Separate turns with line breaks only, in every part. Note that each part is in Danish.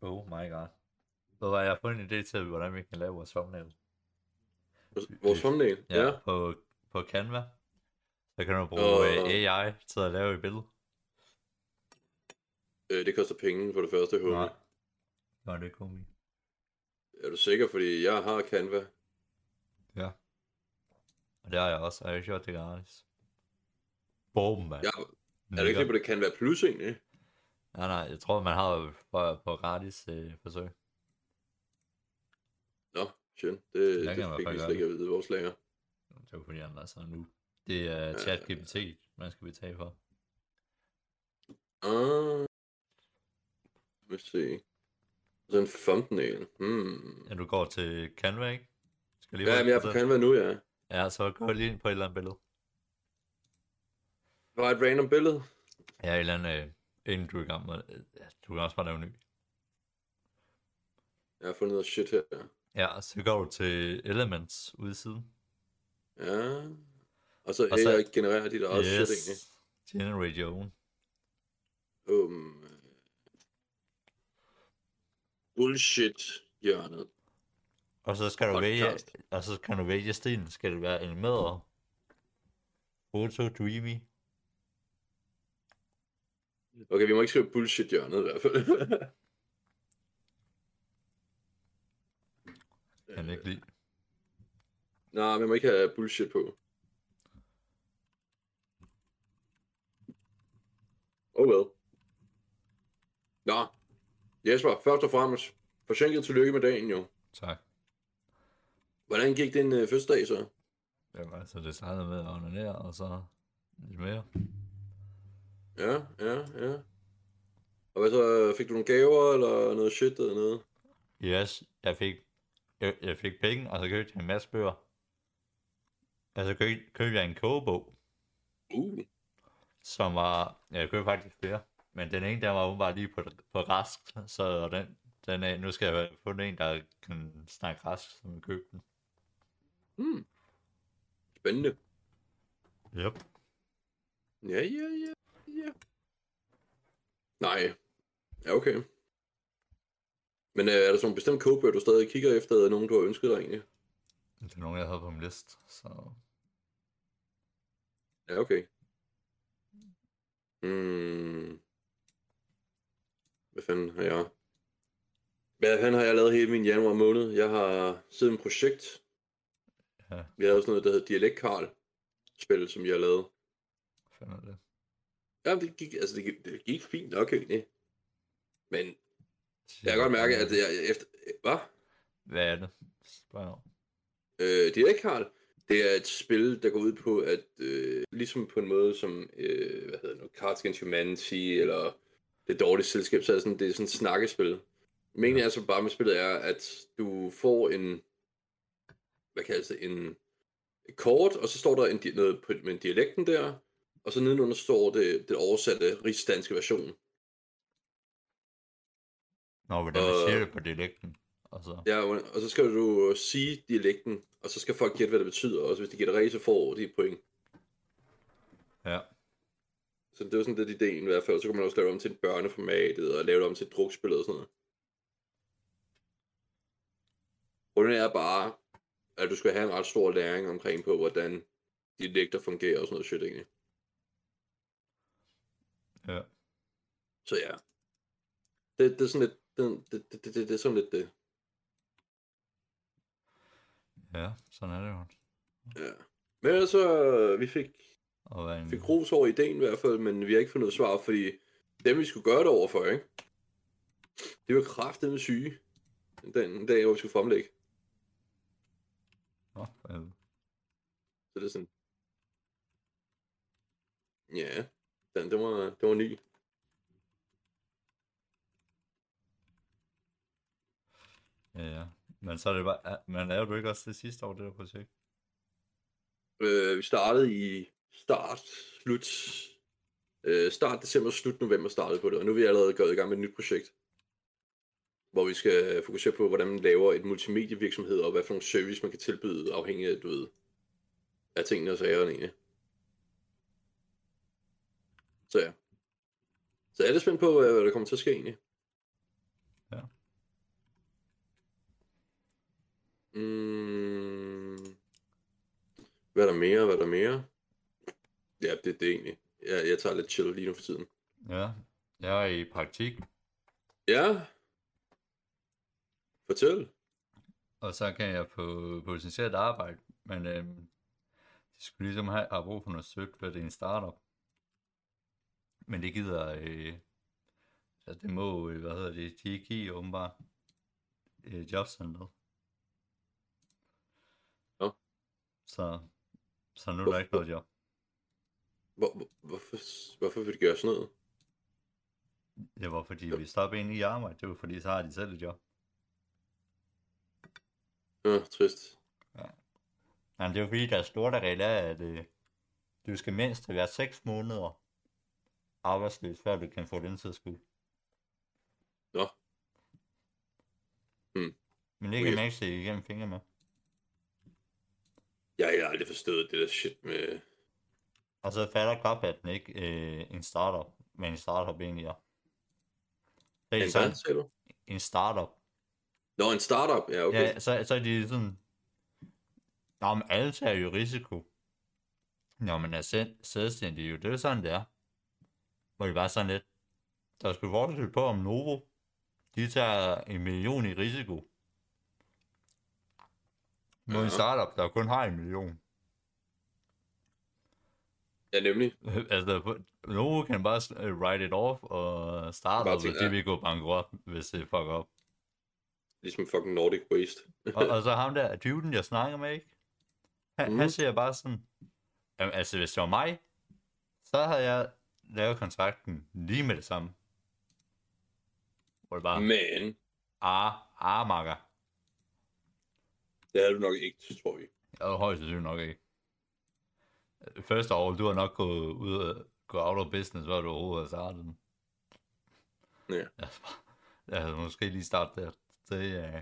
Oh my god. Så har jeg fundet en idé til, hvordan vi kan lave vores thumbnail.
Vores thumbnail?
Ja. På Canva. Så kan du bruge AI til at lave et billede.
Det koster penge for det første, homie.
Nej. Nå, det er homie.
Er du sikker? Fordi jeg har Canva.
Ja. Og det har jeg også, og jeg har gjort det gratis. Boom, man.
Ja, er du ikke lige på det Canva Plus egentlig?
Nej, jeg tror, man har på gratis forsøg.
Nå, shit. Det fik vi slet ikke at vide i vores lager.
Det var fordi, han så nu. Det er ChatGPT, man skal betale for.
Lad os se. Så en thumbnail.
Ja, du går til Canva, ikke?
Men jeg er på Canva nu, ja.
Ja, så går lige ind på et eller andet billede.
Bare et random billede?
Ja, et eller andet, inden du er i gang med. Du kan også bare lave ny.
Jeg har fundet noget shit her.
Ja, så går du til Elements ude i siden.
Ja. Og så AI genererer dit eget shit, egentlig.
Generate your own.
Bullshit hjørnet.
Og så skal du vælge, og så kan du vælge stilen. Skal det være animeret? Photo, dreamy.
Okay, vi må ikke skrive bullshit hjørnet i hvert fald.
Kan jeg ikke lide.
Nej, vi må ikke have bullshit på. Oh well. Nå. Jesper, først og fremmest. Forsinket tillykke med dagen, jo.
Tak.
Hvordan gik din fødselsdag så?
Jamen, altså, det startede med at onanere, og så lidt mere.
Ja. Og hvad så, fik du nogle gaver, eller noget shit eller noget?
Yes, jeg fik penge, og så købte jeg en masse bøger. Altså købte jeg en kogebog. Som var, jeg købte faktisk flere. Men den ene, der var åbenbart lige på rask, så den nu skal jeg have fundet en, der kan snakke rask, som jeg købte den.
Spændende.
Yep.
Ja. Nej. Ja, okay. Men er der sådan nogle bestemte kogebøger, du stadig kigger efter, eller nogen, du har ønsket dig egentlig?
Det er nogen, jeg havde på min liste, så...
Ja, okay. Hvad fanden har jeg lavet hele min januar måned? Jeg har siddet med et projekt.
Ja.
Vi havde også noget, der hedder Dialekt Karl spil, som jeg lavede.
Hvad fanden er det?
Ja, det gik fint nok egentlig. Men jeg kan godt mærke, at jeg efter... Hvad?
Hvad er det? Spørg
Dialekt Karl, det er et spil, der går ud på, at ligesom på en måde som, Cards Against Humanity, eller Det Dårlige Selskab, så er det er sådan et snakkespil. Meningen er så bare med spillet er, at du får en, en kort, og så står der noget med en dialekten der, og så nedenunder står det oversatte rigsdanske version.
Nå, hvordan man siger det på dialekten.
Ja, og så skal du sige dialekten, og så skal folk gætte, hvad det betyder, og hvis de gætter rigtigt, så får de et point.
Ja.
Så det var sådan lidt ideen i hvert fald, så kan man også lave det om til et børneformat, og lave det om til et drukspil og sådan noget. Problemet er bare, at du skal have en ret stor læring omkring på, hvordan dialekter fungerer og sådan noget shit, egentlig.
Ja.
Så ja. Det er sådan lidt, det er sådan lidt det.
Ja, sådan er det jo.
Ja. Men altså, vi fik ros over ideen i hvert fald, men vi har ikke fundet svar, fordi dem vi skulle gøre det overfor, ikke? Det var kraftedeme syge. Den dag, hvor vi skulle fremlægge.
Nå,
så det er sådan... Ja, det var ny.
Ja. Men så er det bare... Man lavede du ikke også det sidste år, det der projekt?
Vi startede i start december, slut november startede på det, og nu er vi allerede gået i gang med et nyt projekt. Hvor vi skal fokusere på, hvordan man laver et multimedievirksomhed, og hvad for nogle service man kan tilbyde, afhængig af, af tingene og sagerne egentlig. Så ja. Så er det spændt på, hvad der kommer til at ske egentlig.
Ja.
Hvad er der mere? Ja, det er egentlig. Jeg tager lidt chill lige nu for tiden.
Ja, jeg er i praktik,
Ja, fortæl.
og så kan jeg få potentielt arbejde, men de skulle ligesom have brug for noget støtte, for det er en startup. Men det gider, altså det må, hvad hedder det, de ikke give åbenbart jobcenteret.
Nå.
Så nu er der ikke noget job.
Hvorfor vil de gøre sådan noget?
Det var fordi, vi stoppede ind i arbejde, det var fordi, så har de selv et job.
Ja, trist.
Ja. Jamen, det er jo fordi, der er store regler af, at du skal mindst være 6 måneder arbejdsløs, før du kan få den tilskud.
Nå.
Men det kan man ikke se igennem fingre med.
Jeg har aldrig forstået det der shit med...
Og så fatter godt, at den ikke en startup, men en startup egentlig er. Det er
En
sådan,
hvad, sagde du?
en startup.
Nå, en startup, ja, okay.
Ja, så er de sådan, nå, men alle tager jo risiko. Når man er selvstændig, jo, det er sådan, det er. Hvor det bare sådan lidt, der skal forskel på, om Novo, de tager 1 million i risiko. Mod en startup, der kun har 1 million.
Ja, nemlig.
Altså, Novo kan bare write it off, og startup, hvis de vil gå bankrot, hvis det fucker op.
Ligesom fucking Nordic Waste.
og så ham der, dyven, jeg snakker med, ikke? Han siger bare sådan, jamen, altså, hvis det var mig, så havde jeg lavet kontrakten lige med det samme. Hvor det bare,
Men...
makker.
Det havde du nok ikke, tror vi.
Jeg havde højst sandsynligt nok ikke. Første år, du har nok gået ud og gå out of business, hvor du overhovedet har startet den.
Ja.
Jeg havde måske lige startet der. Det,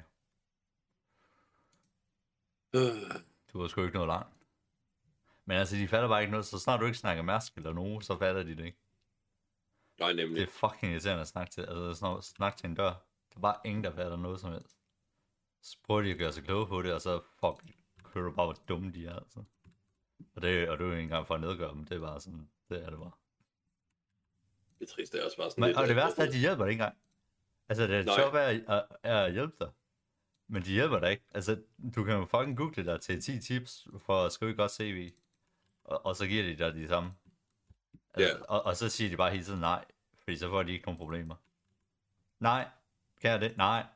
du har sgu ikke noget langt. Men altså, de fatter bare ikke noget, så snart du ikke snakker Mærsk eller nogen, så fatter de det ikke.
Nej, nemlig.
Det er fucking irriterende at snakke til, altså snakke til en dør. Der er bare ingen, der fatter noget som helst. Så prøver de at gøre sig kloge på det, og så kører du bare, hvor dumme de er, altså. Og du er jo ikke engang for at nedgøre dem, det er bare sådan, det er det bare.
Det er trist, det er også bare sådan
Men,
lidt...
og det værste er, at de hjælper dig ikke engang. Altså, det er sjovt at hjælpe dig. Men de hjælper dig ikke. Altså, du kan jo fucking google dig til 10 tips for at skrive et godt CV. Og så giver de dig de samme. Altså, og så siger de bare hele tiden nej. Fordi så får de ikke nogen problemer. Nej. Kan jeg det? Nej.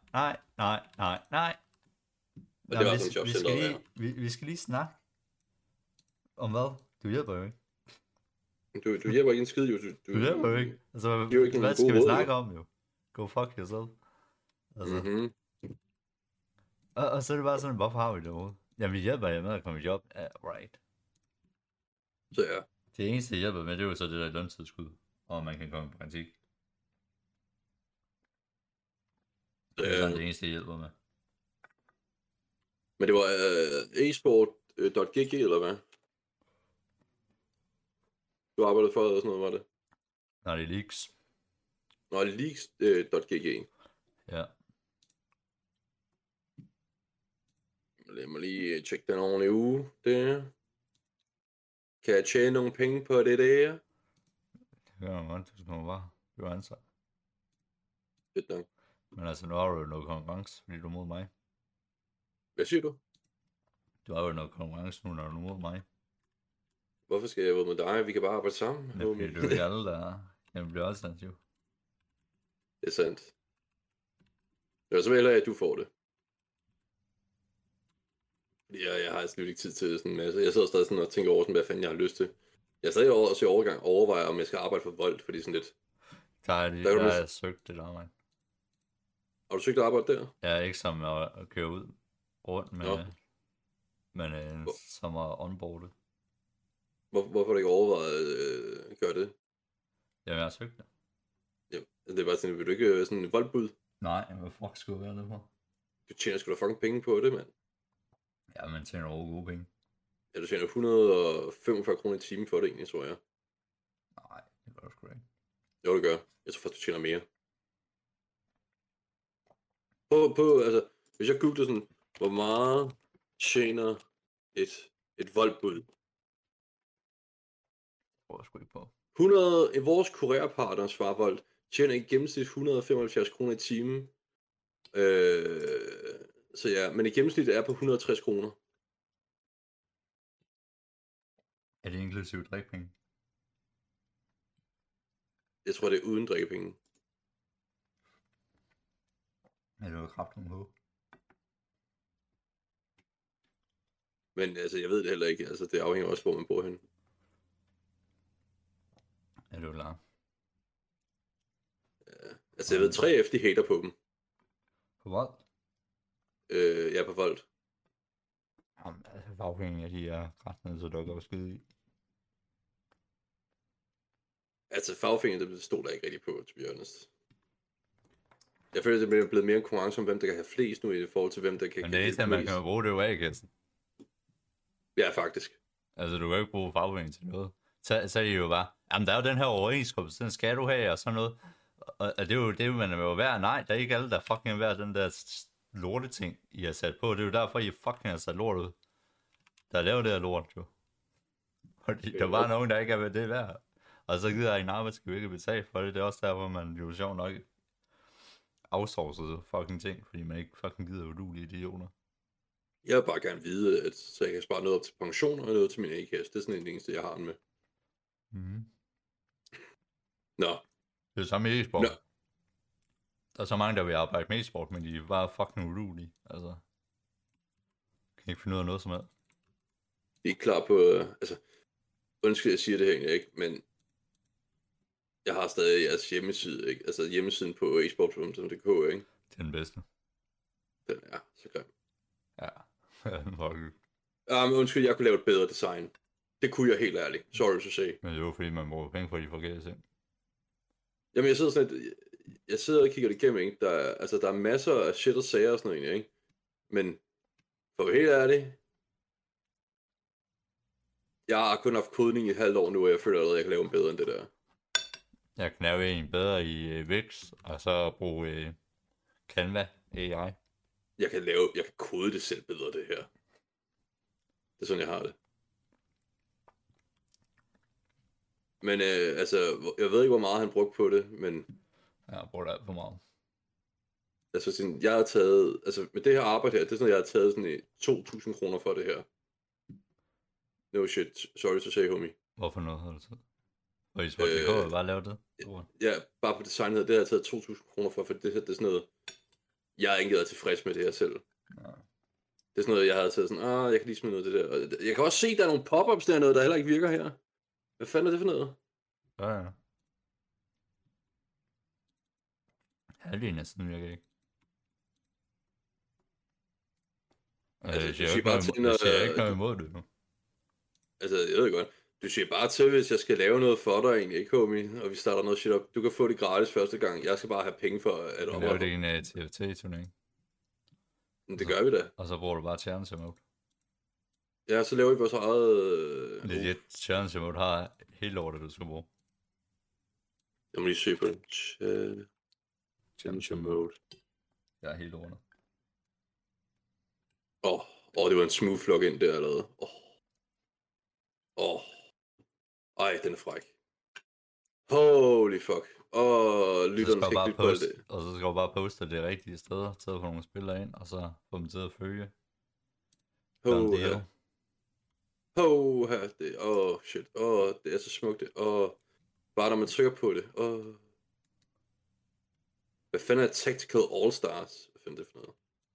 Og det var sådan jobcenteret,
vi skal lige snakke. Om hvad? Du hjælper jo ikke.
Du hjælper ikke en skid, jo.
Du hjælper jo ikke. Altså,
ikke
hvad skal vi snakke om, jo? Go fuck yourself. Altså. Og så er det bare sådan, hvorfor har vi det overhovedet? Jamen, vi hjælper jer med at komme i job. Right.
Så ja.
Det eneste, jeg hjælper med, det er jo så det der løntilskud, og man kan komme i praktik. Det er sådan det eneste, jeg hjælper med.
Men det var esport.gg, eller hvad? Du arbejdede for, eller sådan noget, var det?
Nej, det er leaks.
Nå, leaks.gg.
Ja.
Lad mig lige tjekke den ordentlige uge, der. Kan jeg tjene nogle penge på det der?
Det kan man godt, hvis man bare bliver ansat.
Fedt nok.
Men altså, nu har du jo noget konkurrence, fordi du er mod mig.
Hvad siger du?
Du har jo noget konkurrence nu, når du er mod mig.
Hvorfor skal jeg være med dig? Vi kan bare arbejde sammen.
Det er fordi, du er ikke alle, der bliver ansat, jo.
Det er sandt. Det er så vel, at du får det. Jeg har slet ikke tid til sådan en masse. Jeg sidder stadig sådan og tænker over, sådan, hvad fanden jeg har lyst til. Jeg er stadig også i overvejer, om jeg skal arbejde for Volt, fordi sådan lidt...
Der har søgt det der, man.
Har du søgt at arbejde der?
Jeg er ikke som at køre ud rundt med, men som er onboardet.
Hvorfor har du ikke overvejet at gøre det?
Jamen, jeg har søgt det.
Ja, det er bare sådan, vil du ikke sådan en voldbud?
Nej, hvad fuck skulle jeg være det på?
Du tjener sgu da fucking penge på det, mand.
Ja, man tjener over gode penge.
Ja, du tjener 145 kroner i timen for det egentlig, tror jeg.
Nej, det gør du sgu ikke.
Jo, det gør. Jeg tror faktisk, du tjener mere. Altså, hvis jeg googler sådan, Hvor meget tjener et voldbud?
Prøv at sgu ikke på.
100, i vores kurerpartner, Svarvold, tjener i gennemsnit 175 kroner i timen. Så ja, men i gennemsnit er på 160 kroner.
Er det inklusive drikpenge?
Jeg tror, det er uden drikkepenge.
Er det jo kraftigt på?
Men altså, jeg ved det heller ikke. Altså, det afhænger også, hvor man bor henne.
Er det jo klar?
Ja. Altså, jeg ved, 3F, de hater på dem.
På hvad?
Ja, på Volt.
Jamen, altså, afhængig af de her kraftige, så der går skide i.
Altså, fagfingeren, det stod der ikke rigtig på, to be honest. Jeg føler, det er blevet mere en konkurrence om, hvem der kan have flest nu, i forhold til, hvem der kan...
Men det eneste, man kan jo bruge, det er jo A-kassen.
Ja, faktisk.
Altså, du kan jo ikke bruge fagforeningen til noget. Så er det jo bare, jamen, der er jo den her overenskomst, den skal du have, og sådan noget. Og det er jo det, man er jo værd. Nej, der er ikke alle, der fucking er værd den der lorteting, I har sat på. Det er jo derfor, I fucking har sat lort ud. Der laver det her lort, jo. Fordi der var nogen, der ikke er ved det værd. Og så gider en arbejdsgiver ikke betale for det. Det er også derfor, man jo sjovt nok outsourcede fucking ting, fordi man ikke fucking gider udulige idioter.
Jeg vil bare gerne vide, at så jeg kan spare noget op til pension og noget til min A-kasse. Det er sådan en eneste, jeg har den med.
Mm-hmm.
Nå.
Det er samme i e-sport.
Nå.
Der er så mange, der vil arbejde med e-sport, men de er bare fucking udulige. Altså, kan ikke finde ud af noget som helst.
De er klar på, altså, undskyld, jeg siger det her egentlig ikke, men jeg har stadig jeres hjemmeside, ikke? Altså hjemmesiden på esport.dk, ikke?
Det er den bedste.
Den er så grim.
Ja, fuck.
Men undskyld, jeg kunne lave et bedre design. Det kunne jeg helt ærligt. Sorry to say.
Men det er jo fordi, man bruger penge for de forkerte ting.
Jamen, jeg sidder sådan lidt, jeg sidder og kigger det igennem, ikke? Der er masser af shit og sager og sådan noget, ikke? Men, for at være helt ærlig, jeg har kun haft kodning i et halvt år nu, og jeg føler allerede, at jeg kan lave en bedre end det der.
Jeg kan lave en bedre i Wix, og så bruge Canva AI.
Jeg kan kode det selv bedre, det her. Det er sådan, jeg har det. Men altså, jeg ved ikke, hvor meget han brugte på det, men...
Jeg bruger det alt for meget.
Altså, sådan, jeg har taget... Altså, med det her arbejde her, det er sådan, jeg har taget sådan 2.000 kroner for det her. No shit, sorry to say, homie.
Hvorfor noget har du taget? Og i Sport.dk har bare lavet det?
Ja, bare på designet, det har jeg taget 2.000 kroner for det her, det er sådan noget... Jeg er ikke været tilfreds med det her selv.
Ja.
Det er sådan noget, jeg havde taget sådan, jeg kan lige smide noget af det der. Og jeg kan også se, der er nogle pop-ups der, noget, der heller ikke virker her. Hvad fanden er det for noget?
Ja. Halvdelen af siden virker ikke. Altså, jeg siger ikke noget imod det nu.
Altså, jeg ved godt. Du siger bare til, hvis jeg skal lave noget for dig egentlig, ikke homie? Og vi starter noget shit op. Du kan få det gratis første gang. Jeg skal bare have penge for at
oprette. Vi laver det i en TFT-turnering.
Det gør vi da.
Og så bruger du bare challenge mode.
Ja, så laver vi vores eget...
Det challenge mode har hele lortet, du skal bruge.
Jeg må lige se på den. Challenge mode.
Jeg er helt lortet.
Det var en smooth login der allerede. Ej, den er fræk. Holy fuck. Lytterne skal ikke lytte på det.
Og så skal du bare poste det rigtige steder, tage på nogle spillere ind, og så få dem til at følge.
Shit. Det er så smukt det. Bare når man trykker på det. Hvad fanden er Tactical All-Stars? Hvad fanden er det for noget?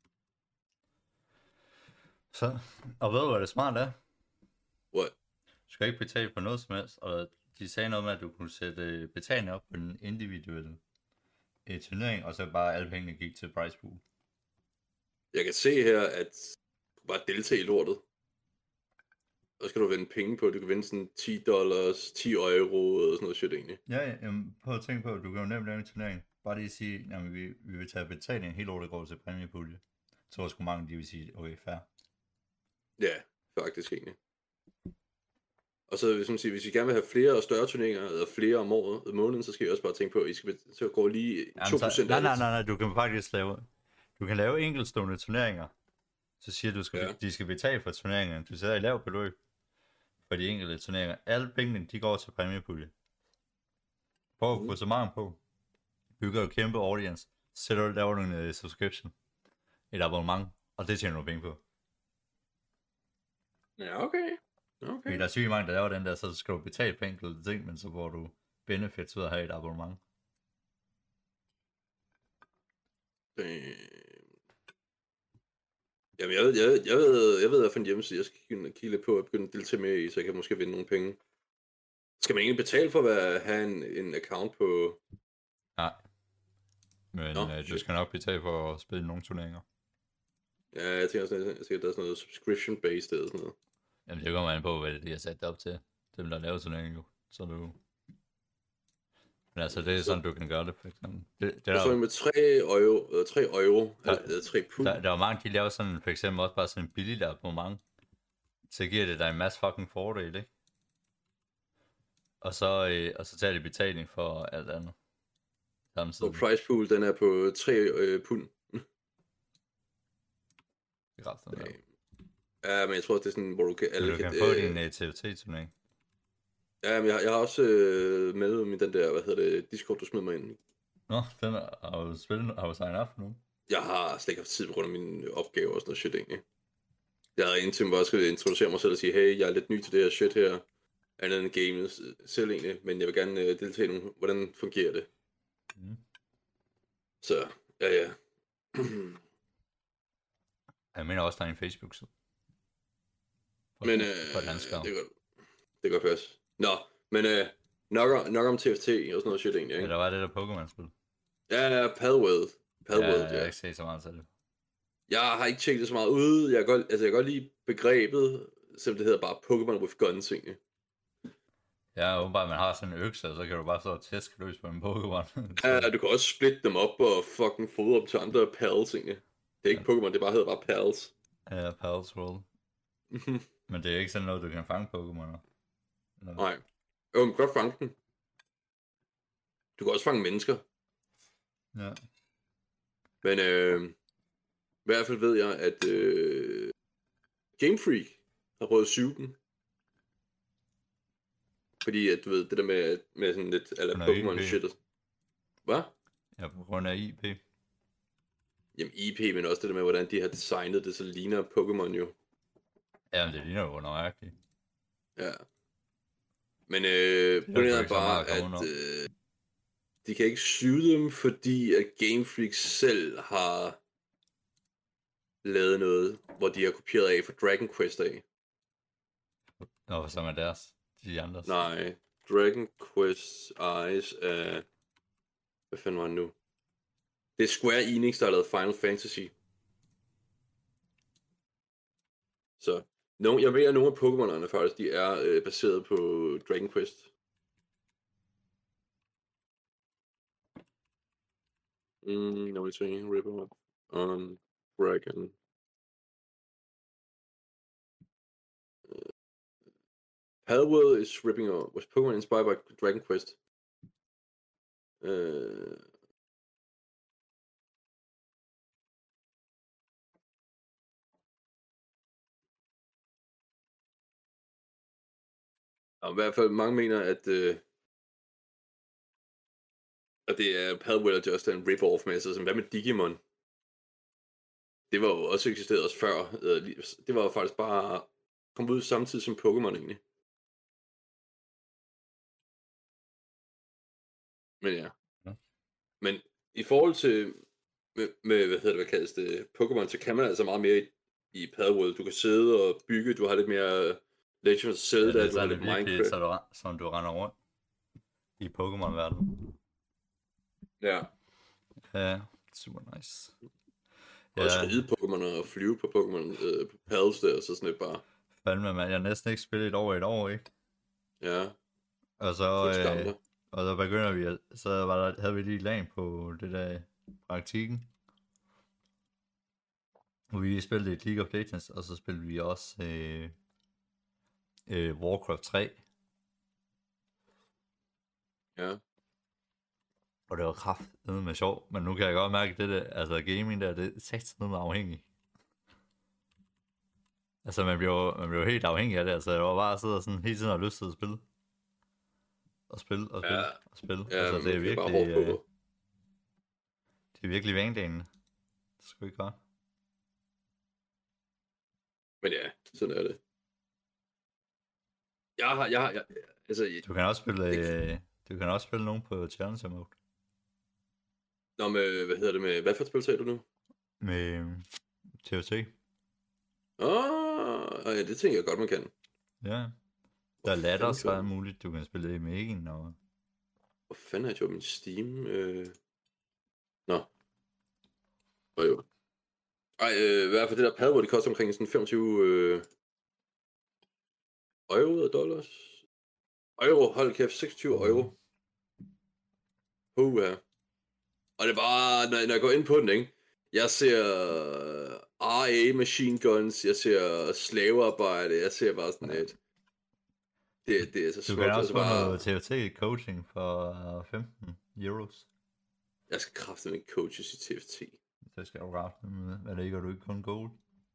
Så, og ved du, hvad det smart er?
What?
Du skal ikke betale for noget som helst, og de sagde noget med, at du kunne sætte betaling op på den individuelle turnering, og så bare alle pengene gik til prize pool.
Jeg kan se her, at du bare deltage i lortet. Og så skal du vinde penge på, du kan vinde sådan $10, 10 euro og sådan noget shit egentlig.
Ja, prøv at tænke på, du kan jo nemt lave en turnering. Bare lige sige, at vi vil tage betaling, hele året går til præmiepulje. Så er sgu mange, de vil sige, okay, fair.
Ja, faktisk egentlig. Og så hvis I gerne vil have flere og større turneringer, eller flere om året, om måneden, så skal I også bare tænke på, at I skal så går lige 2%
nej, du kan faktisk lave enkeltstående turneringer, så siger du, de skal betale for turneringerne. Du sætter i lav beløb for de enkelte turneringer. Alle pengene, de går til præmiepulje. Prøv at få så meget på. Bygger du kæmpe audience, så laver du en subscription. Et abonnement, og det tjener du penge på.
Ja, okay.
Fordi der er sygt mange, der laver den der, så skal du betale for enkelte ting, men så får du benefits ud af at have et abonnement.
Jamen, jeg ved, at en hjemmeside, jeg skal kigge lidt på og begynde at deltage med i, så jeg kan måske vinde nogle penge. Skal man egentlig betale for at have en account på...
Nej. Men du skal nok betale for at spille nogle turneringer.
Ja, jeg tænker også, at der er sådan noget subscription-based eller sådan noget.
Jamen, det kommer an på, hvad de har sat det op til. Dem, der laver turneringen jo. Så du... Men altså, det er sådan, du kan gøre det, for eksempel. Det
er så med 3 euro, eller 3 pund.
Der er mange, de laver sådan, for eksempel også bare sådan en billig der abonnement. Så giver det dig en masse fucking fordel, ikke? Og så tager de betaling for alt andet. Samtidig.
Og price pool, den er på 3 pund.
Det er ret sådan der.
Ja, men jeg tror, det er sådan, hvor du kan...
Du kan få din TFT-turnering.
Ja, men jeg har også med min den der, Discord, du smed mig ind i.
Nå, den har du signet op for nu?
Jeg har slet ikke haft tid på grund af mine opgaver og sådan noget shit, egentlig. Jeg havde indtil bare skulle introducere mig selv og sige, hey, jeg er lidt ny til det her shit her. Andet end gamet selv egentlig, men jeg vil gerne deltage i nogle, hvordan fungerer det. Så, ja.
Jeg mener også, der er en Facebook-side.
Men, det går først. Nå, men nok om TFT og sådan noget shit egentlig, ikke?
Ja, der var det der Pokémon-spil.
Ja, Palworld.
Jeg har ikke set så meget til det.
Jeg har ikke tjekket det så meget ud. Jeg kan godt lide begrebet, selvom det hedder bare Pokémon with Guns, egentlig.
Ja, åbenbart, man har sådan en økse, og så kan du bare stå og tæske løs på en Pokémon.
Ja, du kan også splitte dem op og fucking fodre dem til andre pals, egentlig. Det er ikke Pokémon, det hedder bare pals.
Ja, Pals World. Men det er ikke sådan noget, du kan fange Pokémoner.
Nej. Du kan godt fange dem. Du kan også fange mennesker.
Ja.
Men i hvert fald ved jeg, at Game Freak har prøvet at syge den. Fordi at du ved, det der med sådan lidt eller Pokémon shit. Hvad?
Ja, på grund af IP.
Jamen IP, men også det der med, hvordan de har designet det, så ligner Pokémon jo.
Ja, men det ligner jo nøjagtigt.
Ja. Men problemet er bare, at de kan ikke syge dem, fordi at Game Freak selv har lavet noget, hvor de har kopieret af fra Dragon Quest af.
Nå, som er deres. De andres.
Nej, Dragon Quest Eyes af... Hvad fanden var det nu? Det er Square Enix, der har lavet Final Fantasy. Så jeg ved, at nogle af Pokémonerne faktisk, de er baseret på Dragon Quest. Now we're saying rip on Dragon. Palworld is ripping off. Was Pokemon inspired by Dragon Quest? Og i hvert fald mange mener, at det er Palworld og just en rip-off med, så hvad med Digimon? Det var jo også eksisteret også før. Det var jo faktisk bare kommet ud samtidig som Pokémon egentlig. Men ja. Men i forhold til med hvad kaldes det, Pokémon, så kan man altså meget mere i Palworld. Du kan sidde og bygge, du har lidt mere Legend of Zelda,
ja,
du har lidt Minecraft.
Så du render rundt i Pokémon-verdenen.
Ja.
Ja, super nice.
Og skride Pokémon og flyve på Pokémon på Pals der, så sådan lidt bare.
Fandme, man. Jeg har næsten ikke spillet et år, ikke?
Ja.
Og så begynder vi, så havde vi lige LAN på det der praktikken. Og vi spillede et League of Legends, og så spillede vi også Warcraft 3.
Ja.
Og det var kraftedeme med sjov, men nu kan jeg godt mærke, det der, altså gaming der, det er satset med afhængig. Altså, man bliver helt afhængig af det. Altså, jeg var bare sidder sådan hele tiden og har lyst til at spille. Og spille, og spille,
Ja,
og spille.
ja,
Altså, det er
man kan bare
virkelig,
hårdt på.
det er virkelig vanedagende. Det skal ikke godt.
Men ja, sådan er det. Altså,
Du kan også spille nogen på Challenger Mode.
Nå, med, hvad for et spil sagde du nu?
Med TFT.
Ja, det tænker jeg godt, man kan.
Ja. Der er ladder, så er muligt, du kan spille med igen. Og...
Hvor fanden har jeg gjort min Steam? Nå. Jo. Ej, i hvert fald det der padboard, det koster omkring sådan 25 euro eller dollars. Euro, hold kæft, 26 euro. Ja. Og det er bare, når jeg går ind på den, ikke? Jeg ser RA machine guns, jeg ser slavearbejde, jeg ser bare sådan et... Det er så smukt.
Du kan også få noget TFT coaching for 15 euros.
Jeg skal kraftedeme ikke coaches i TFT.
Det skal du kraftedeme, hvad det ikke, og du ikke kun gold.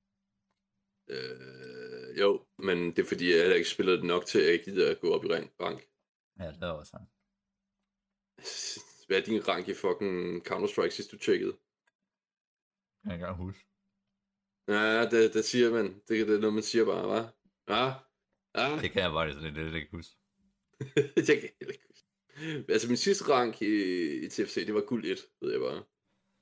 Jo, men det er fordi, jeg heller ikke spiller det nok til, at jeg gider at gå op i rank.
Ja, det er også sådan.
Hvad er din rank i fucking Counter-Strike, sidst du tjekkede?
Jeg kan ikke engang huske.
Ja, det siger man. Det er noget, man siger bare, hva'? Ja.
Det kan jeg faktisk lidt ikke huske.
Jeg kan heller ikke huske. Altså, min sidste rank i TFC, det var guld 1, ved jeg bare.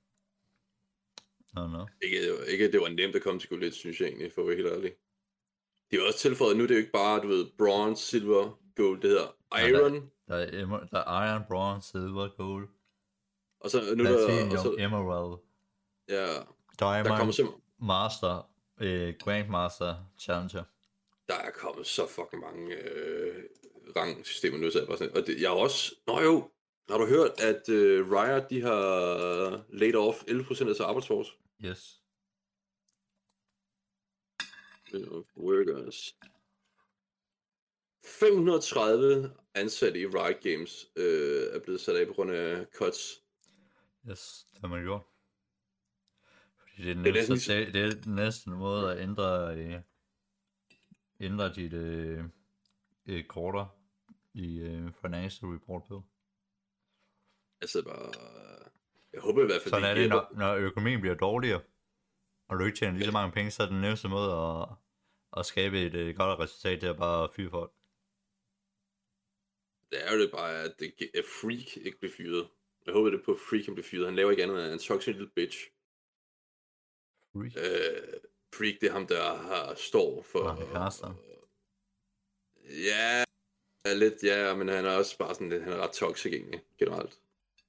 No.
Ikke, det var nemt at komme til guld 1, synes jeg egentlig, for at være helt ærlig. De har også tilføjet, nu det er jo ikke bare, du ved, bronze, silver, gold, det hedder iron.
Der er iron, bronze, silver, gold.
Og så nu
Platinum, emerald.
Ja.
Diamond, master, grandmaster, challenger.
Der er kommet så fucking mange rangsystemer nu, så jeg bare sådan. Og jeg har også... jo. Har du hørt, at Riot, de har laid off 11% af deres arbejdsforce?
Yes.
Workers. 530 ansatte i Riot Games er blevet sat af på grund af cuts.
Yes, det har man gjort. Fordi det er den næste måde at ændre dit korter i Financial Report på.
Altså bare... Jeg håber i hvert fald...
Sådan er det, når økonomien bliver dårligere, og du ikke tjener lige så mange penge, så er den næste måde at skabe et godt resultat, det er bare at fyre folk.
Det er jo det bare, at Freak ikke bliver fyret. Jeg håber det på, at Freak kan blive fyret. Han laver ikke andet end en toxic little bitch.
Freak?
Freak, det er ham, der står for... Ja, men han er også bare sådan lidt, han er ret toxic egentlig, generelt.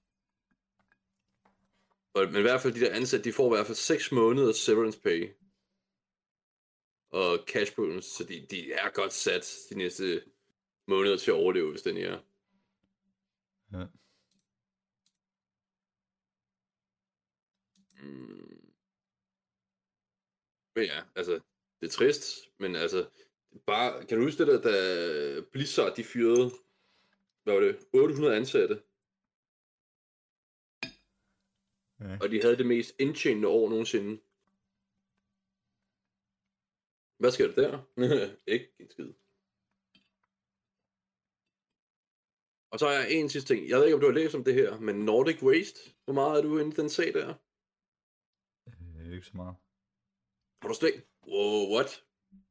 Men i hvert fald de der ansatte, de får i hvert fald 6 måneder severance pay. Og cash bonus, så de er godt sat de næste måneder til at overleve, hvis den er.
Ja.
Men ja, altså, det er trist, men altså, bare, kan du huske det der, da Blizzard, de fyrede, hvad var det, 800 ansatte? Ja. Og de havde det mest indtjenende år nogensinde. Hvad sker der der? Ikke en skid. Og så er jeg en sidste ting. Jeg ved ikke, om du har læst om det her, men Nordic Waste, hvor meget er du inde i den sag der?
Ikke så meget.
Har du slet? Wow, what?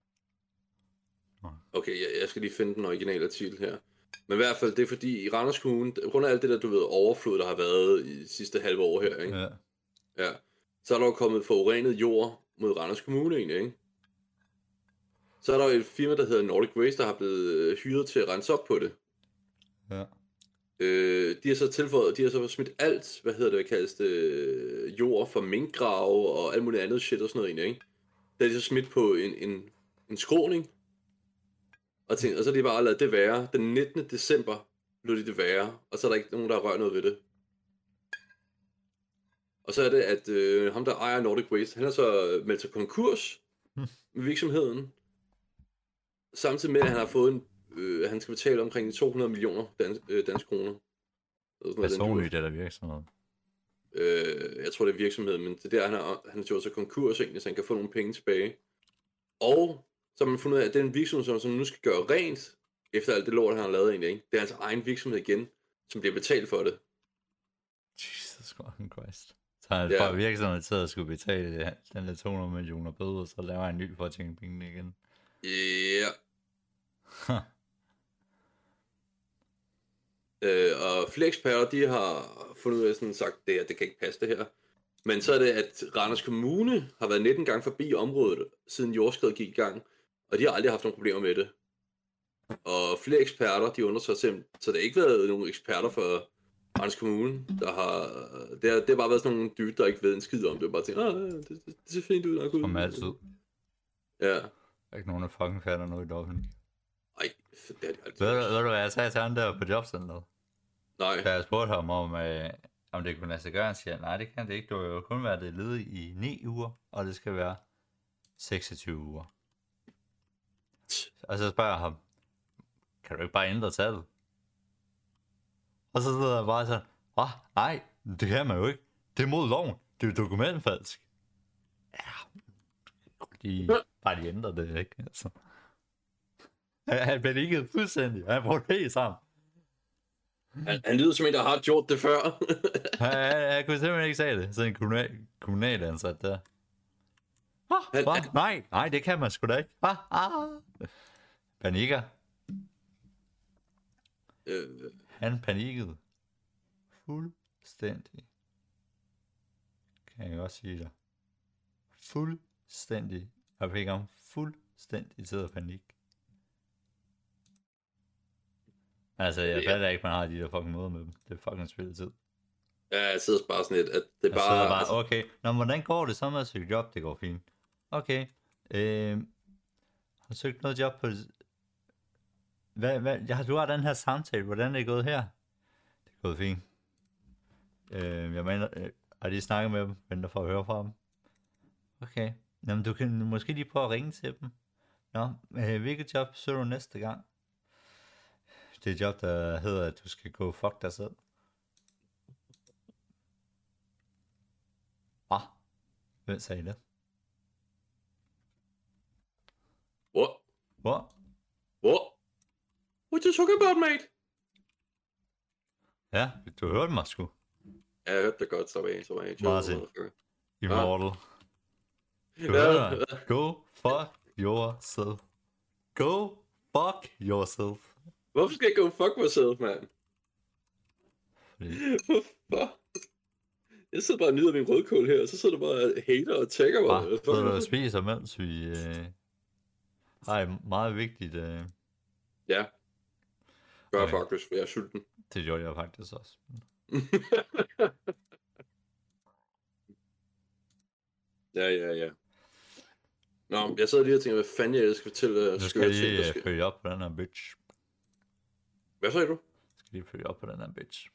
Okay, jeg skal lige finde den originale artikel her. Men i hvert fald, det er fordi i Randers Kommune, på grund af alt det der, du ved, overflod, der har været i de sidste halve år her, ikke? Ja. Så er der jo kommet forurenet jord mod Randers Kommune egentlig, ikke? Så er der jo et firma, der hedder Nordic Waste, der har blevet hyret til at rense op på det.
Ja.
De har så tilføjet, de har så smidt alt, hvad kaldes det, jord fra minkgrave og alt muligt andet shit og sådan noget egentlig, ikke? Der er de så smidt på en skråning. Og så er de bare ladet det være. Den 19. december lod de det være, og så er der ikke nogen, der rører noget ved det. Og så er det, at ham, der ejer Nordic Waste, han har så meldt sig konkurs med virksomheden. Samtidig med, at han har fået han skal betale omkring 200 millioner danske kroner.
Personligt eller virksomhed?
Jeg tror, det er virksomheden, men det er der, han har gjort sig konkurs egentlig, så han kan få nogle penge tilbage. Og så har man fundet ud af, at den virksomhed, som nu skal gøre rent, efter alt det lort, han har lavet egentlig, ikke? Det er hans egen virksomhed igen, som bliver betalt for det.
Jesus fucking Christ. Så han
Ja.
bare virksomheden til at skulle betale den der 200 millioner bøder, så laver han en ny for at tjene pengene igen.
Ja. Og flere eksperter, de har fundet ud af sådan sagt, det kan ikke passe det her. Men så er det, at Randers Kommune har været 19 gange forbi området, siden jordskredet gik i gang, og de har aldrig haft nogle problemer med det. Og flere eksperter, de undersøger simpelthen, så det har ikke været nogle eksperter for Randers Kommune, der har, det har bare været sådan nogle dyr, der ikke ved en skid om det, bare tænker, det ser fint ud, nok ud.
Som altid.
Ja.
Der er ikke nogen, der fucking fatter noget i det offentlige.
Ej, det er det altid.
Ved du, hvad jeg sagde til han der på jobcenteret?
Nej.
Da jeg spurgte ham om det kunne lade sig gøre, han siger, nej, det kan det ikke. Du vil jo kun være det lede i 9 uger, og det skal være 26 uger. Og så spørger jeg ham, kan du ikke bare ændre tallet? Og så sidder jeg bare sådan, nej, det kan man jo ikke. Det er mod loven. Det er jo dokumentfalsk. Ja, bare de ændrer det, ikke? Altså. Han blev ikke fuldstændig. Han brugte det helt sammen.
Han lyder som en, der har gjort det før.
Jeg kunne simpelthen ikke sige det. Sådan en kommunalansat der. Nej, det kan man sgu da ikke. Panikker. Han panikkede. Fuldstændig. Kan jeg også sige dig. Fuldstændig. Jeg fik ham fuldstændig til at panik. Altså, jeg fatter ikke, man har de der fucking møder med dem. Det er fucking spilletid.
Ja, jeg sidder bare sådan lidt, at det
jeg
bare...
bare, okay, nå, hvordan går det så med at søge job? Det går fint. Okay, har du søgt noget job på... Du har den her samtale, hvordan er det gået her? Det er gået fint. Jeg mener, har de snakket med dem? Venter for at høre fra dem. Okay, jamen du kan måske lige prøve at ringe til dem. Nå, hvilket job søger du næste gang? Det er et job, der hedder, at du skal gå fuck dig selv. Hvem sagde det?
What you talking about, mate?
Ja, du hørte mig sgu.
Ja, jeg hørte det godt, så var jeg
Martin. Immortal. Du hørte mig. Go fuck yourself. Go fuck yourself.
Hvorfor skal jeg go fuck myself, mand? Hvorfor? Jeg sidder bare og nyder min rødkål her, og så sidder du bare og hater og tagger mig.
Så du spiser, mens vi har et meget vigtigt...
Ja. Gør jeg faktisk, for jeg er sulten.
Det gjorde jeg faktisk også.
Ja. Nå, jeg sidder lige og tænker, hvad fanden jeg skal fortælle.
Du skal lige følge op på den her bitch.
Hvad sagde du?
Jeg skal lige følge op på den her bitch.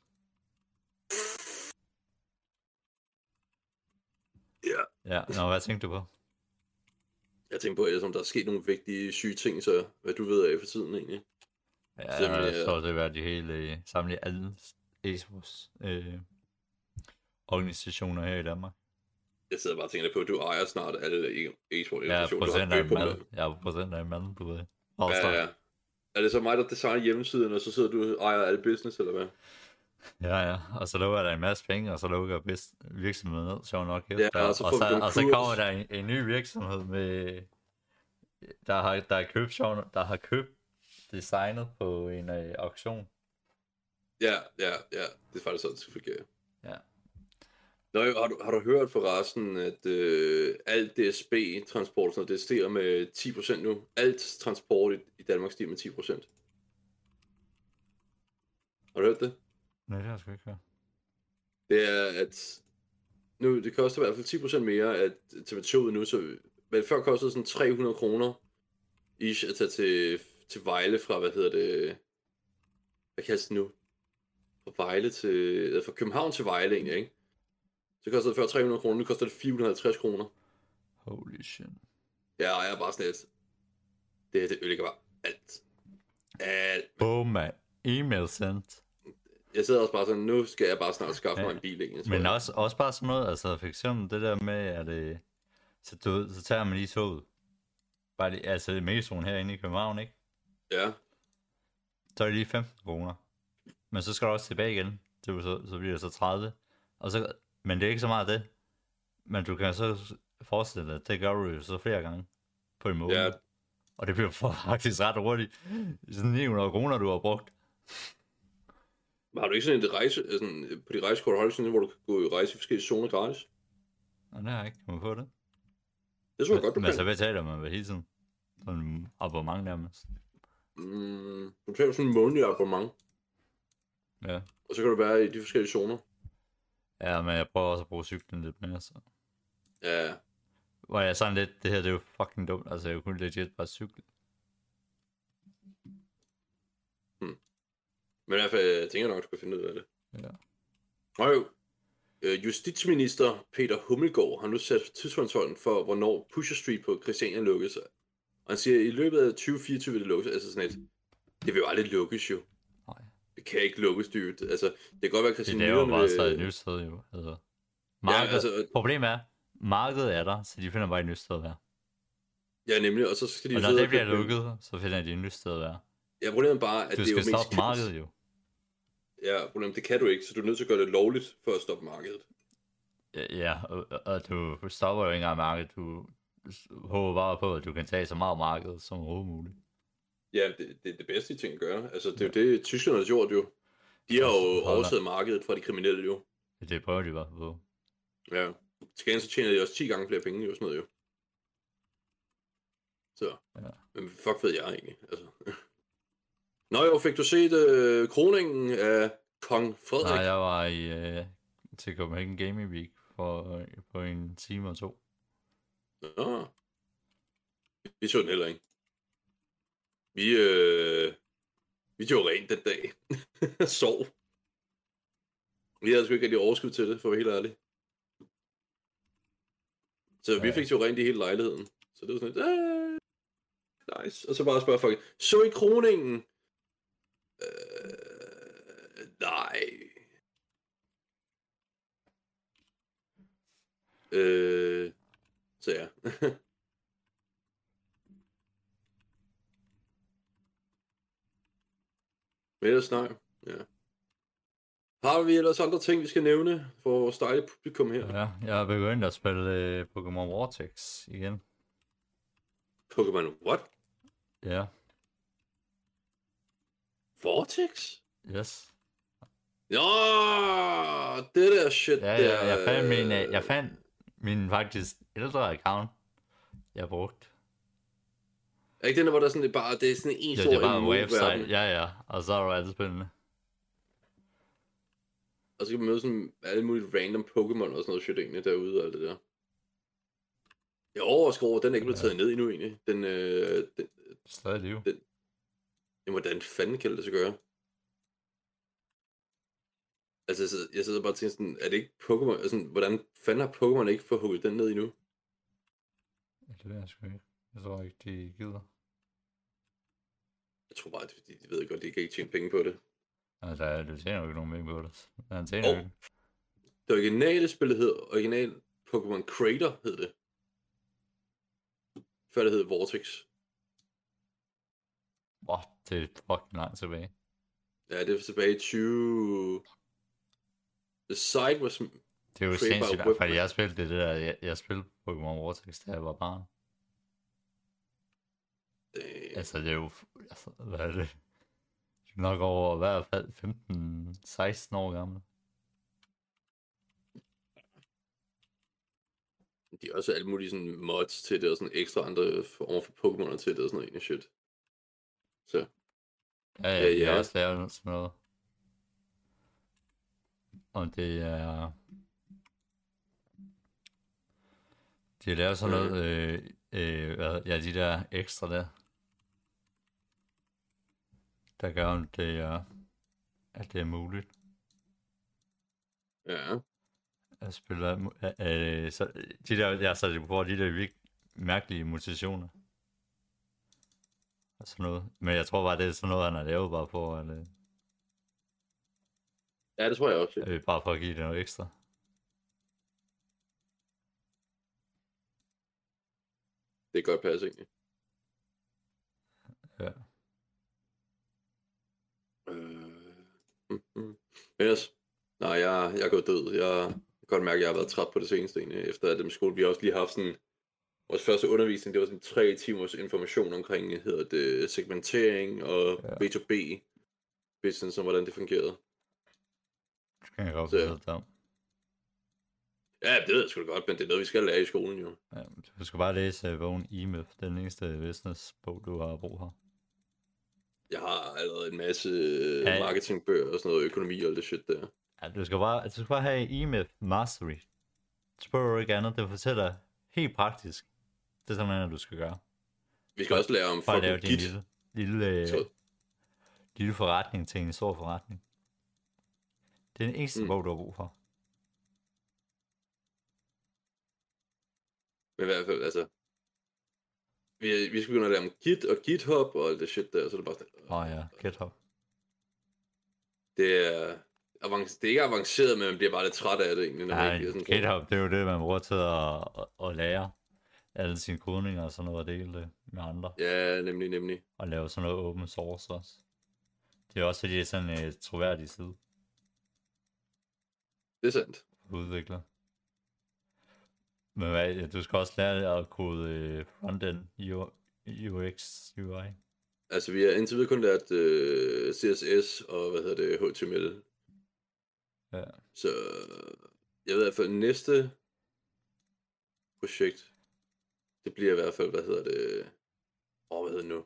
Ja, nå, hvad tænkte du på?
Jeg tænkte på, at der er sket nogle vigtige syge ting, så hvad du ved af for tiden egentlig.
Ja, jeg tror, det har været de hele samle alle e-sports organisationer her i Danmark.
Jeg sidder bare og tænker på, at du ejer snart alle e-sport organisationer.
Ja, procent af mad. Ja, procent af mad, du ved.
Ja. Er det så mig, der designer hjemmesiden, og så sidder du og ejer alle business, eller hvad?
Ja, og så lukker der en masse penge, og så lukker virksomheden ned, sjov nok.
Ja, og
så kommer der en ny virksomhed med, der har købt designet på en auktion.
Ja, det er faktisk sådan, det skal fungere.
Ja.
Nå, har du hørt forresten, at alt DSB-transport, det stiger med 10% nu? Alt transport i Danmark stiger med 10%. Har du hørt det?
Nej, det har jeg sgu ikke hørt.
Det er, at nu, det koster i hvert fald 10% mere at tage med toget nu, så vel før kostede sådan 300 kroner ish at tage til Vejle fra, hvad kaldes det nu? Fra København til Vejle egentlig, ikke? Så kostede det før 300 kroner, nu koster det 450 kroner.
Holy shit.
Ja, og jeg er bare sådan lidt. Det ødelægger bare alt.
Boom, man. E-mail sendt.
Jeg sidder også bare sådan, nu skal jeg bare snart skaffe mig en bil, ikke?
Men også bare sådan noget, altså for eksempel det der med, at så tager man lige toget. Bare lige, altså metroen herinde i København, ikke?
Ja.
Så er det lige 15 kroner. Men så skal du også tilbage igen. Så bliver det så 30. Og så, men det er ikke så meget det. Men du kan så forestille dig, det gør du jo så flere gange på en måned.
Ja.
Og det bliver faktisk ret hurtigt. Sådan 900 kroner, du har brugt.
Har du ikke sådan et rejse, sådan, på de rejsekort, har du sådan, hvor du kan gå i rejse i forskellige zoner gratis?
Og det har jeg ikke. Kan man få det?
Det tror jeg godt, du
men
kan.
så betaler man vel hele tiden. Sådan en abonnement nærmest.
Du betaler sådan en månedlig abonnement.
Ja.
Og så kan du være i de forskellige zoner.
Ja, men jeg prøver også at bruge cyklen lidt mere, så.
Ja.
Hvor jeg sådan lidt, det her det er jo fucking dumt. Altså, jeg kunne legit bare cykle.
Men i hvert fald, jeg tænker nok, du kan finde ud af det.
Ja.
Og jo, justitsminister Peter Hummelgaard har nu sat tidshorisonten for, hvornår Pusher Street på Christiania lukkes. Og han siger, at i løbet af 2024 vil det lukkes. Altså sådan et, det vil jo aldrig lukkes jo.
Nej.
Det kan ikke lukkes dyrt. Altså, det kan godt være, at Christiania...
Det er jo bare stadig et nyt sted jo. Altså, markedet,
ja, altså,
problemet er, markedet er der, så de finder bare et nyt sted at være.
Ja, nemlig, og så skal de...
Og når det bliver lukket, så finder de et nyt sted at være.
Ja, problemet er bare, at
du
det er jo
skal stoppe markedet jo.
Ja, problemet, det kan du ikke, så du er nødt til at gøre det lovligt for at stoppe markedet.
Ja, og du stopper jo ikke engang markedet. Du håber bare på, at du kan tage så meget markedet som overhovedet muligt.
Ja, det er det bedste, de ting at gøre. Altså, det er jo det, tyskerne har gjort jo. De har jo overtaget markedet fra de kriminelle jo.
Det prøver de bare på.
Ja. Til gengæld så tjener de også 10 gange flere penge jo, sådan noget jo. Så. Ja. Men fuck ved jeg egentlig, altså. Nå jo, fik du set kroningen af Kong Frederik?
Nej, jeg var til Copenhagen Gaming Week på en time og 2.
Nå. Vi så den heller ikke. Vi tog rent den dag. Sov. Vi havde sgu ikke rigtig overskud til det, for at være helt ærlig. Så vi fik jo rent i hele lejligheden. Så det var sådan lidt, nice. Og så bare spørge folk, så I kroningen? Nej. Så ja. Men ellers nej. Ja. Har vi ellers andre ting, vi skal nævne for vores dejlige publikum her?
Ja, jeg har begyndt at spille Pokémon Vortex igen.
Pokémon what?
Ja.
Vortex?
Yes.
Ja, det der shit
ja,
der.
Jeg fandt min faktisk ældre account, jeg brugte.
Er ikke den der, hvor der sådan, det er sådan en stor
det er bare en website, ja, og så er du altid spændende.
Og så kan man møde sådan alle mulige random Pokémon og sådan noget shit egentlig derude og alt det der. Jeg overrasker over, den er ikke blevet taget ned endnu egentlig. Den
stadig liv.
Hvordan fanden kan det så gøre? Altså, jeg sidder bare og tænker sådan, er det ikke Pokémon? Altså, hvordan fanden har Pokémon ikke fået hugget den ned endnu?
Det ved jeg sgu ikke. Jeg tror ikke, de gider.
Jeg tror bare, at de ved godt, de kan ikke tjene penge på det.
Altså, du tjener jo ikke nogen penge på det. Han tjener jo ikke.
Det originale spil hed original Pokémon Crater, hed det. Før det hed Vortex.
Det er fucking langt tilbage.
Ja, det var tilbage i 20... The site was...
Det er jo sindssygt, fordi jeg spillede det der, jeg spillede Pokémon Vortex, da jeg var barn. Altså, det er jo... Altså, hvad er det? Det er nok over i hvert fald 15-16 år gammel.
De har også alle mulige sådan mods til det, og sådan ekstra andre former for Pokémoner til det, og sådan noget egentlig shit. Så.
Ja, de har også lavet sådan noget. Og det er... De har lavet sådan noget, de der ekstra der. Der gør, at det er muligt.
Ja.
At spille, så de der, jeg så det på de der virkelig mærkelige mutationer. Og sådan noget. Men jeg tror bare, det er sådan noget, han har lavet bare for at...
Ja, det tror jeg også.
Bare for at give det noget ekstra.
Det kan godt passe, egentlig. Ellers, nej, jeg er gået død. Jeg kan godt mærke, at jeg har været træt på det seneste egentlig, efter at dem skole. Vi har også lige haft sådan, vores første undervisning, det var sådan 3 timers information omkring, hedder det, segmentering og B2B business, og hvordan det fungerede.
Det kan jeg godt fortælle dig om.
Ja, det ved jeg sgu da godt, men det er noget, vi skal lære i skolen jo.
Ja, du skal bare læse bogen E-Myth, den eneste business-bog, du har brug for.
Jeg har allerede en masse marketingbøger og sådan noget, økonomi og alt det shit der.
Ja, du skal bare have E-Myth Mastery. Spørger du ikke andet, det fortæller helt praktisk. Det er sådan noget, du skal gøre.
Vi skal også lære om
for at lave din lille forretning til en stor forretning. Det er den eneste bog, du har brug for.
Men i hvert fald, altså... Vi skal begynde at lære om Git og GitHub og alt det shit der, så det er bare...
ja, GitHub.
Det er ikke avanceret, men man bliver bare lidt træt af det egentlig. Når man ikke sådan
GitHub, det er jo det, man bruger til at lære alle sine kodninger og sådan noget, og dele det med andre.
Ja, nemlig.
Og lave sådan noget open source også. Det er også fordi, det er sådan en troværdig side.
Det er sandt.
Udvikler. Men du skal også lære at kode frontend, UX, UI.
Altså, vi har indtil videre kun lært CSS og, HTML.
Ja.
Så jeg ved i hvert fald, næste projekt, det bliver i hvert fald, hvad hedder det nu?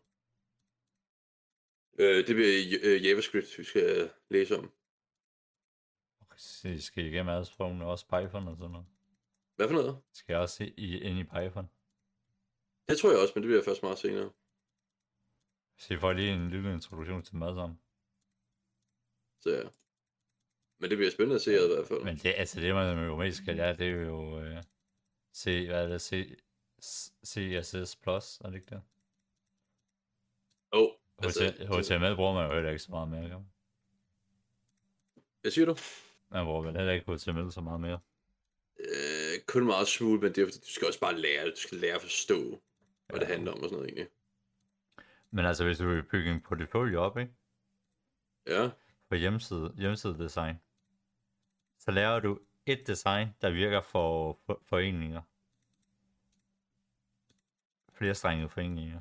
Det bliver JavaScript, vi skal læse om.
Okay, skal I igennem alle sprogene, også Python og sådan noget?
Hvad for noget?
Skal jeg også ind i Python?
Det tror jeg også, men det bliver først meget senere.
Så I får lige en lille introduktion til dem alle sammen.
Så ja. Men det bliver spændende at se i hvert fald.
Men det man jo mest skal lære, det er jo CSS Plus, er det ikke det? HTML bruger man jo heller ikke så meget mere, kan man?
Hvad siger du?
Man bruger vel heller ikke HTML så meget mere.
Kun meget smule, men det er fordi, du skal også bare lære det. Du skal lære at forstå, hvad det handler om og sådan noget egentlig.
Men altså, hvis du vil bygge en portfolio op, ikke?
Ja.
På hjemmesidedesign, så laver du et design, der virker for foreninger. Flerstrengede foreninger.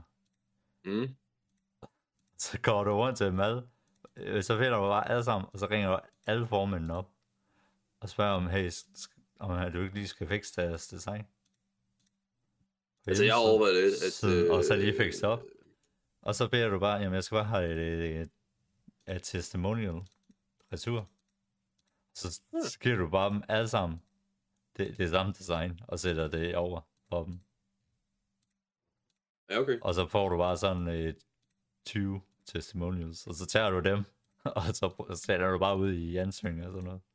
Så går du rundt til mad, så finder du bare alle sammen, og så ringer du alle formændene op, og spørger om, hey, om du ikke lige skal fikse deres design.
Altså, jeg overvejer lidt, at...
og så lige fikse op. Og så beder du bare, jamen jeg skal bare have et testimonial retur. Så giver du bare dem alle sammen det samme design, og sætter det over for dem.
Ja, okay.
Og så får du bare sådan 20 testimonials, og så tager du dem, og så sætter du bare ud i ansøgninger og sådan noget.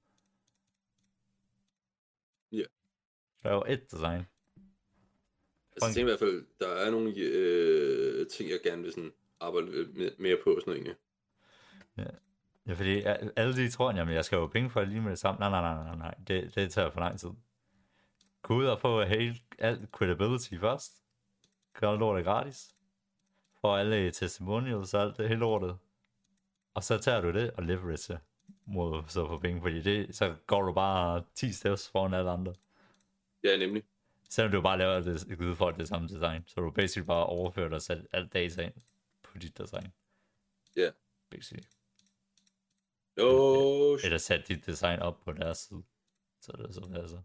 Ja. Yeah.
Der er jo et design.
Altså, jeg tænker i hvert fald, der er nogle ting, jeg gerne vil sådan arbejde mere på, sådan noget egentlig.
Ja, fordi alle de tror, jamen jeg skal jo penge for lige med det samme. Nej, det tager for lang tid. Gå ud og få alt credibility først. Gør lortet gratis. Få alle testimonials og alt det hele lortet. Og så tager du det og leverage mod så få penge, fordi så går du bare 10 steps foran alle andre.
Ja, nemlig.
Selvom du bare laver det for det samme design, så du basically bare overfører og sætter alt data ind på dit design.
Ja. Yeah.
Basically.
Eller
sæt dit design op på deres side. Så det er så passer.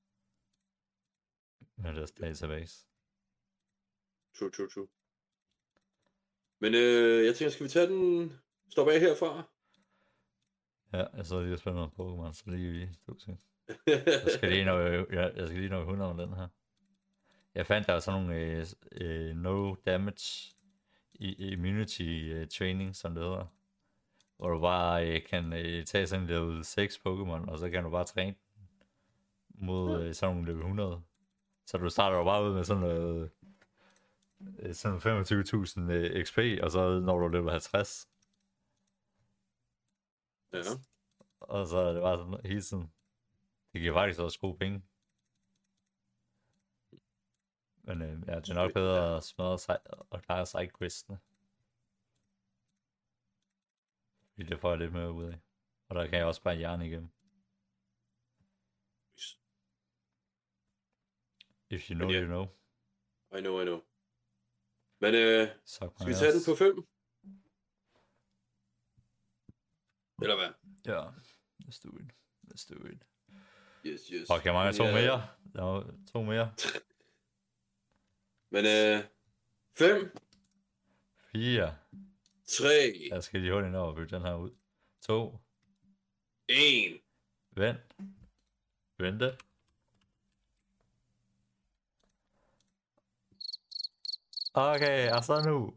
Med deres database.
True. Men jeg tænker, skal vi tage den... Stop af herfra?
Ja, jeg så lige og spiller noget Pokémon, så lige i studiet. Jeg skal lige nå 100 om den her. Jeg fandt der sådan nogle no damage immunity training, som det hedder. Hvor du bare kan tage sådan en level 6 Pokémon, og så kan du bare træne mod sådan nogle level 100. Så du starter jo bare ud med sådan noget, sådan 25.000 XP, og så når du level 50.
Ja.
Og så er det bare sådan hele tiden. Det giver faktisk også gode penge. Men ja, det er nok bedre at smadre og klare sidequestene. Fordi det får jeg lidt mere ud af. Og der kan jeg også bare hjerne igennem. If you know,
Men ja.
you know.
I know. Men
Suck
skal
my
vi tage den
ass.
på 5? Eller hvad?
Ja, let's do it.
Yes.
Og kan mange to mere? Der var 2 mere.
Men 5,
4.
3,
Jeg skal lige hurtigt nå at bygge den her ud. 2.
1.
Vente. Okay, og så nu.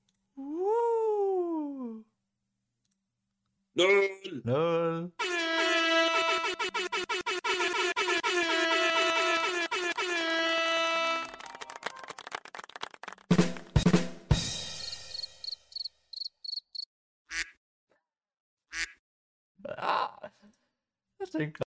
0. Jeg tænker